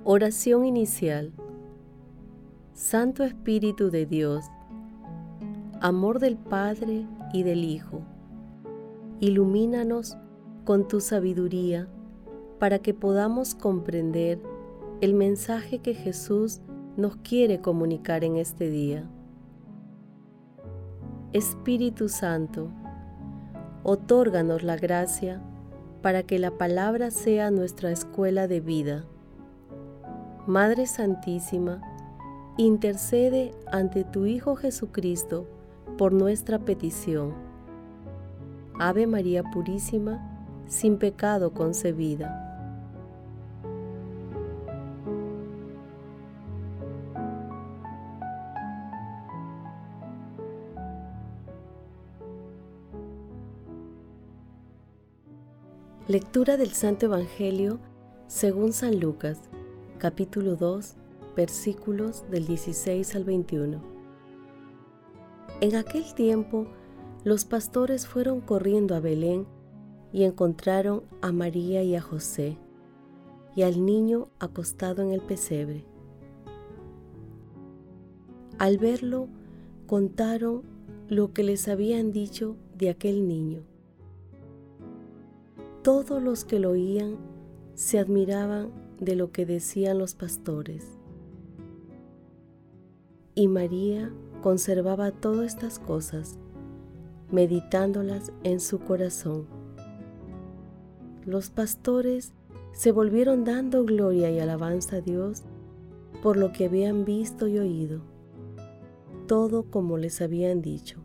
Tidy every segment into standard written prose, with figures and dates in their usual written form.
Oración inicial. Santo Espíritu de Dios, amor del Padre y del Hijo, ilumínanos con tu sabiduría para que podamos comprender el mensaje que Jesús nos quiere comunicar en este día. Espíritu Santo, otórganos la gracia para que la palabra sea nuestra escuela de vida. Madre Santísima, intercede ante tu Hijo Jesucristo por nuestra petición. Ave María Purísima, sin pecado concebida. Lectura del Santo Evangelio según San Lucas, capítulo 2, versículos del 16 al 21. En aquel tiempo, los pastores fueron corriendo a Belén y encontraron a María y a José, y al niño acostado en el pesebre. Al verlo, contaron lo que les habían dicho de aquel niño. Todos los que lo oían se admiraban de lo que decían los pastores. Y María conservaba todas estas cosas, meditándolas en su corazón. Los pastores se volvieron dando gloria y alabanza a Dios por lo que habían visto y oído, todo como les habían dicho.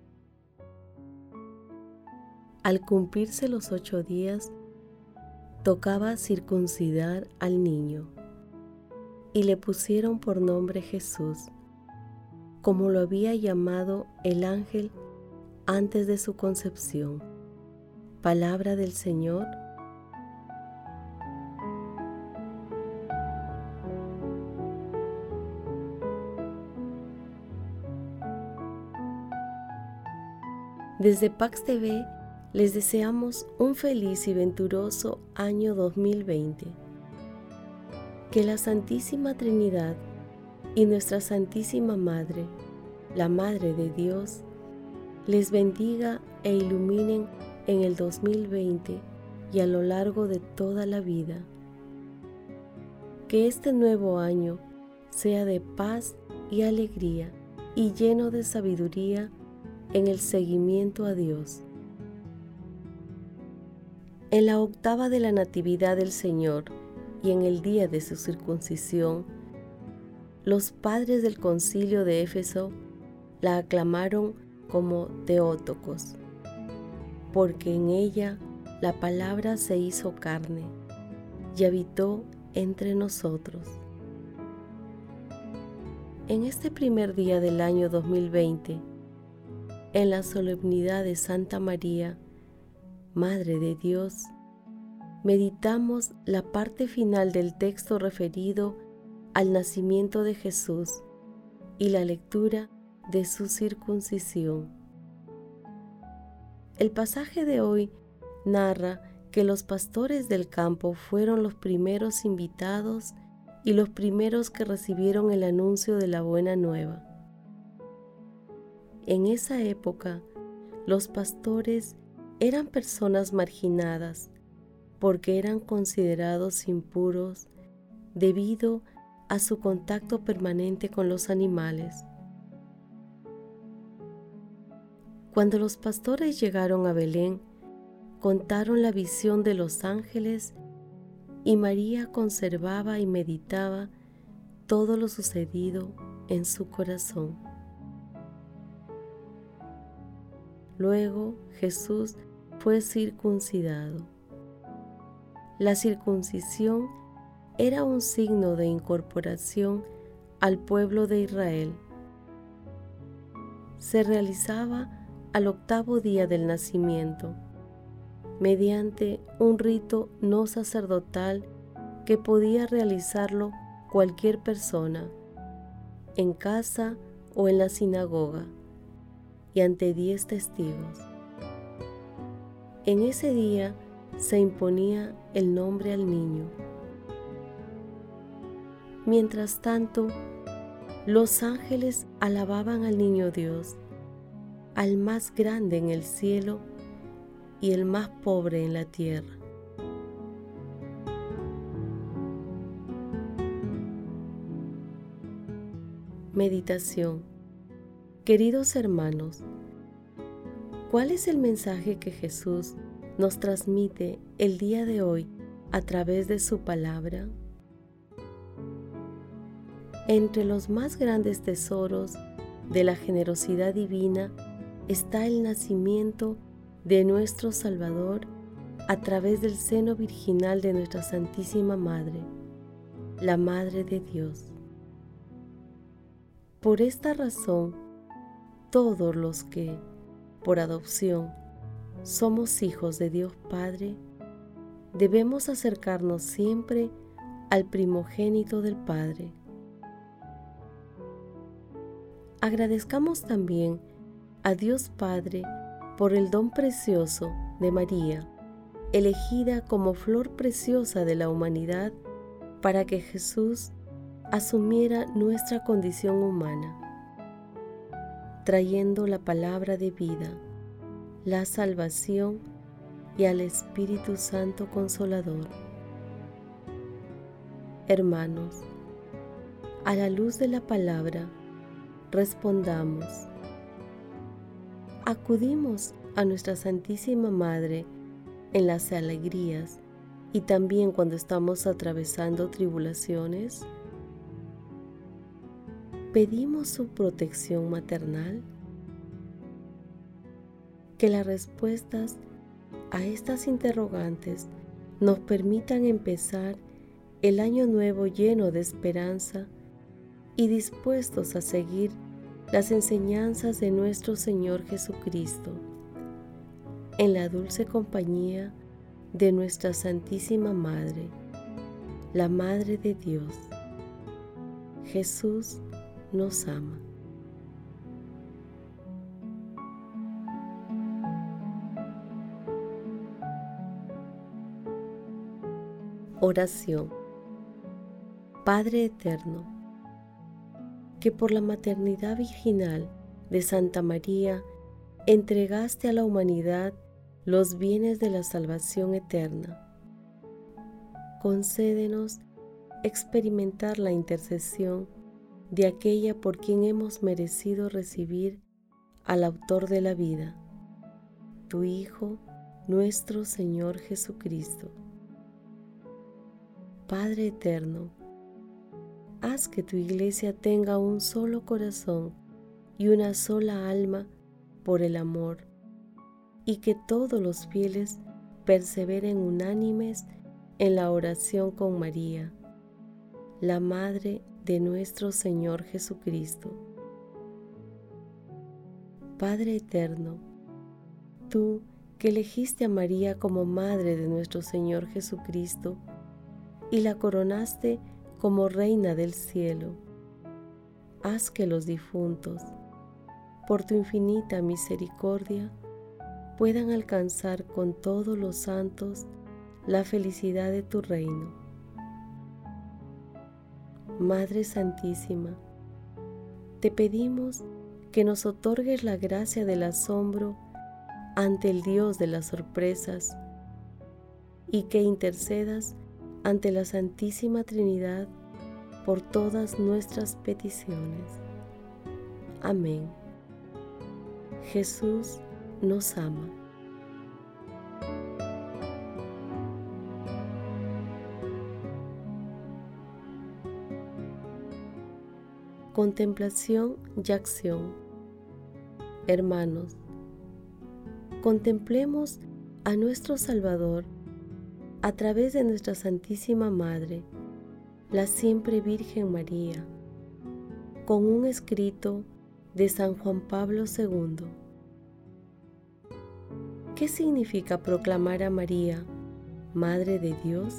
Al cumplirse los 8 días, tocaba circuncidar al niño, y le pusieron por nombre Jesús, como lo había llamado el ángel antes de su concepción. Palabra del Señor. Desde Pax TV les deseamos un feliz y venturoso año 2020. Que la Santísima Trinidad y nuestra Santísima Madre, la Madre de Dios, les bendiga e iluminen en el 2020 y a lo largo de toda la vida. Que este nuevo año sea de paz y alegría y lleno de sabiduría en el seguimiento a Dios. En la octava de la Natividad del Señor y en el día de su circuncisión, los padres del concilio de Éfeso la aclamaron como Theótokos, porque en ella la palabra se hizo carne y habitó entre nosotros. En este primer día del año 2020, en la solemnidad de Santa María, Madre de Dios, meditamos la parte final del texto referido al nacimiento de Jesús y la lectura de su circuncisión. El pasaje de hoy narra que los pastores del campo fueron los primeros invitados y los primeros que recibieron el anuncio de la buena nueva. En esa época, los pastores eran personas marginadas porque eran considerados impuros debido a su contacto permanente con los animales. Cuando los pastores llegaron a Belén, contaron la visión de los ángeles y María conservaba y meditaba todo lo sucedido en su corazón. Luego Jesús fue circuncidado. La circuncisión era un signo de incorporación al pueblo de Israel. Se realizaba al 8º día del nacimiento, mediante un rito no sacerdotal que podía realizarlo cualquier persona, en casa o en la sinagoga, y ante 10 testigos. En ese día se imponía el nombre al niño. Mientras tanto, los ángeles alababan al niño Dios, al más grande en el cielo y el más pobre en la tierra. Meditación. Queridos hermanos, ¿cuál es el mensaje que Jesús nos transmite el día de hoy a través de su palabra? Entre los más grandes tesoros de la generosidad divina está el nacimiento de nuestro Salvador a través del seno virginal de nuestra Santísima Madre, la Madre de Dios. Por esta razón, todos los que, por adopción, somos hijos de Dios Padre, debemos acercarnos siempre al primogénito del Padre. Agradezcamos también a Dios Padre por el don precioso de María, elegida como flor preciosa de la humanidad para que Jesús asumiera nuestra condición humana, trayendo la palabra de vida, la salvación y al Espíritu Santo Consolador. Hermanos, a la luz de la palabra, respondamos. Acudimos a nuestra Santísima Madre en las alegrías y también cuando estamos atravesando tribulaciones. ¿Pedimos su protección maternal? Que las respuestas a estas interrogantes nos permitan empezar el año nuevo lleno de esperanza y dispuestos a seguir las enseñanzas de nuestro Señor Jesucristo, en la dulce compañía de nuestra Santísima Madre, la Madre de Dios. Jesús nos ama. Oración. Padre eterno, que por la maternidad virginal de Santa María entregaste a la humanidad los bienes de la salvación eterna, concédenos experimentar la intercesión de aquella por quien hemos merecido recibir al autor de la vida, tu Hijo, nuestro Señor Jesucristo. Padre eterno, haz que tu Iglesia tenga un solo corazón y una sola alma por el amor, y que todos los fieles perseveren unánimes en la oración con María, la Madre de nuestro Señor Jesucristo. Padre eterno, tú que elegiste a María como Madre de nuestro Señor Jesucristo y la coronaste como Reina del cielo, haz que los difuntos, por tu infinita misericordia, puedan alcanzar con todos los santos la felicidad de tu reino. Madre Santísima, te pedimos que nos otorgues la gracia del asombro ante el Dios de las sorpresas y que intercedas ante la Santísima Trinidad por todas nuestras peticiones. Amén. Jesús nos ama. Contemplación y acción. Hermanos, contemplemos a nuestro Salvador a través de nuestra Santísima Madre, la siempre Virgen María, con un escrito de San Juan Pablo II. ¿Qué significa proclamar a María, Madre de Dios?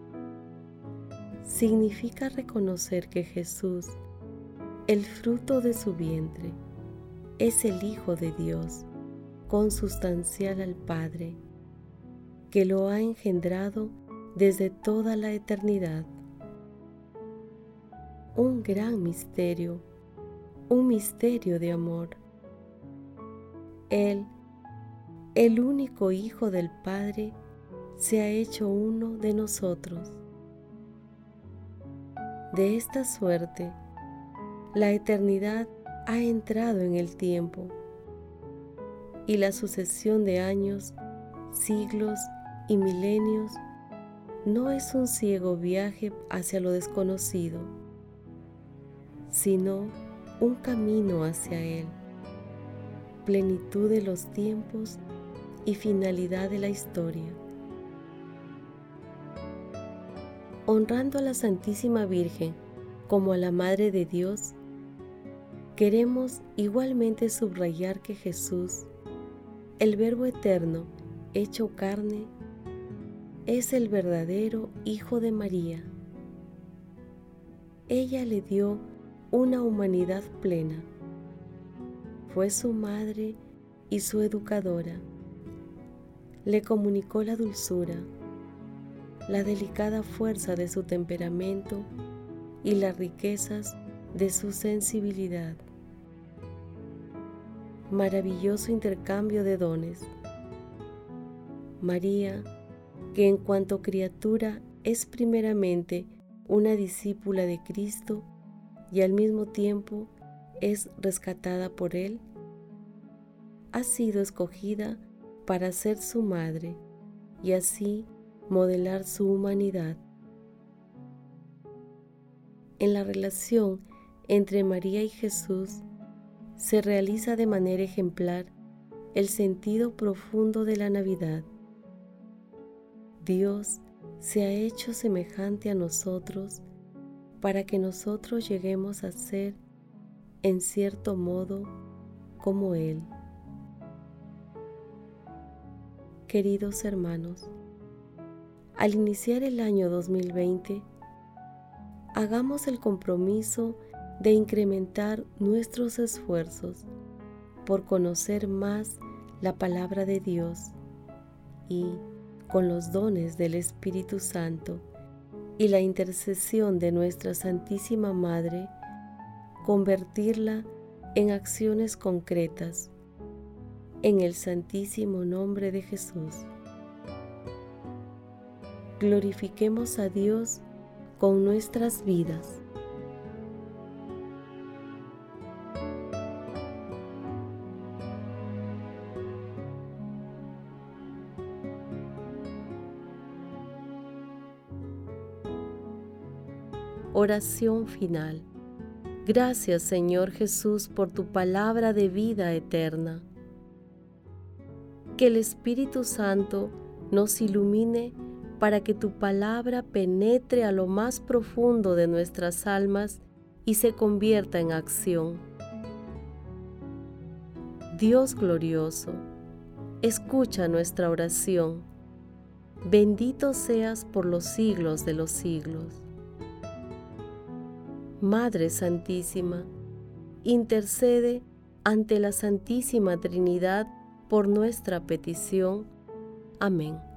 Significa reconocer que Jesús, el fruto de su vientre, es el Hijo de Dios, consustancial al Padre, que lo ha engendrado desde toda la eternidad. un gran misterio, un misterio de amor. Él, el único Hijo del Padre, se ha hecho uno de nosotros. De esta suerte, la eternidad ha entrado en el tiempo y la sucesión de años, siglos y milenios no es un ciego viaje hacia lo desconocido, sino un camino hacia Él, plenitud de los tiempos y finalidad de la historia. Honrando a la Santísima Virgen como a la Madre de Dios, queremos igualmente subrayar que Jesús, el Verbo eterno hecho carne, es el verdadero Hijo de María. Ella le dio una humanidad plena. Fue su madre y su educadora. Le comunicó la dulzura, la delicada fuerza de su temperamento y las riquezas de su sensibilidad. Maravilloso intercambio de dones. María, que en cuanto criatura es primeramente una discípula de Cristo y al mismo tiempo es rescatada por Él, ha sido escogida para ser su madre y así modelar su humanidad. En la relación entre María y Jesús se realiza de manera ejemplar el sentido profundo de la Navidad. Dios se ha hecho semejante a nosotros para que nosotros lleguemos a ser, en cierto modo, como Él. Queridos hermanos, al iniciar el año 2020, hagamos el compromiso de incrementar nuestros esfuerzos por conocer más la palabra de Dios y, con los dones del Espíritu Santo y la intercesión de nuestra Santísima Madre, convertirla en acciones concretas, en el santísimo nombre de Jesús. Glorifiquemos a Dios con nuestras vidas. Oración final. Gracias, Señor Jesús, por tu palabra de vida eterna. Que el Espíritu Santo nos ilumine para que tu palabra penetre a lo más profundo de nuestras almas y se convierta en acción. Dios glorioso, escucha nuestra oración. Bendito seas por los siglos de los siglos. Madre Santísima, intercede ante la Santísima Trinidad por nuestra petición. Amén.